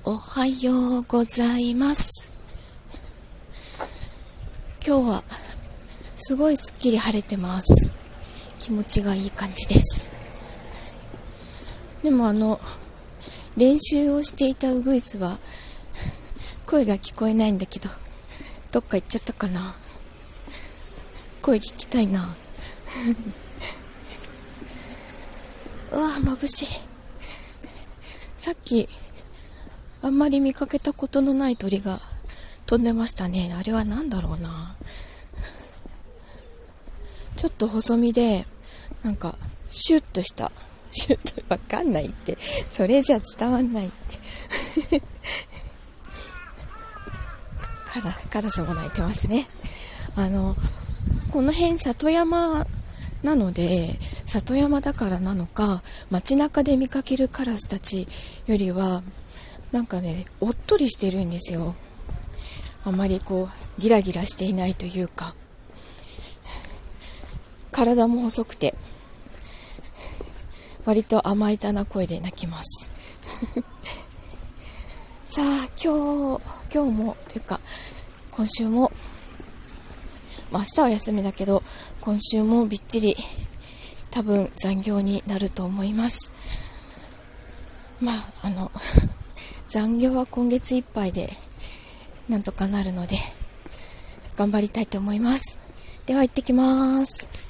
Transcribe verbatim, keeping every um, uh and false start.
おはようございます。今日はすごいすっきり晴れてます。気持ちがいい感じです。でもあの練習をしていたウグイスは声が聞こえないんだけど、どっか行っちゃったかな。声聞きたいな。うわ眩しい。さっきあんまり見かけたことのない鳥が飛んでましたね。あれは何だろうな。ちょっと細身でなんかシュッとしたシュッとわかんないって、それじゃ伝わんないってカラカラスも鳴いてますね。あのこの辺里山なので、里山だからなのか街中で見かけるカラスたちよりはなんかね、おっとりしてるんですよ。あまりこうギラギラしていないというか、体も細くて割と甘えたな声で鳴きますさあ今日今日もというか今週も、まあ、明日は休みだけど今週もびっちり多分残業になると思います。まああの残業は今月いっぱいでなんとかなるので頑張りたいと思います。では行ってきます。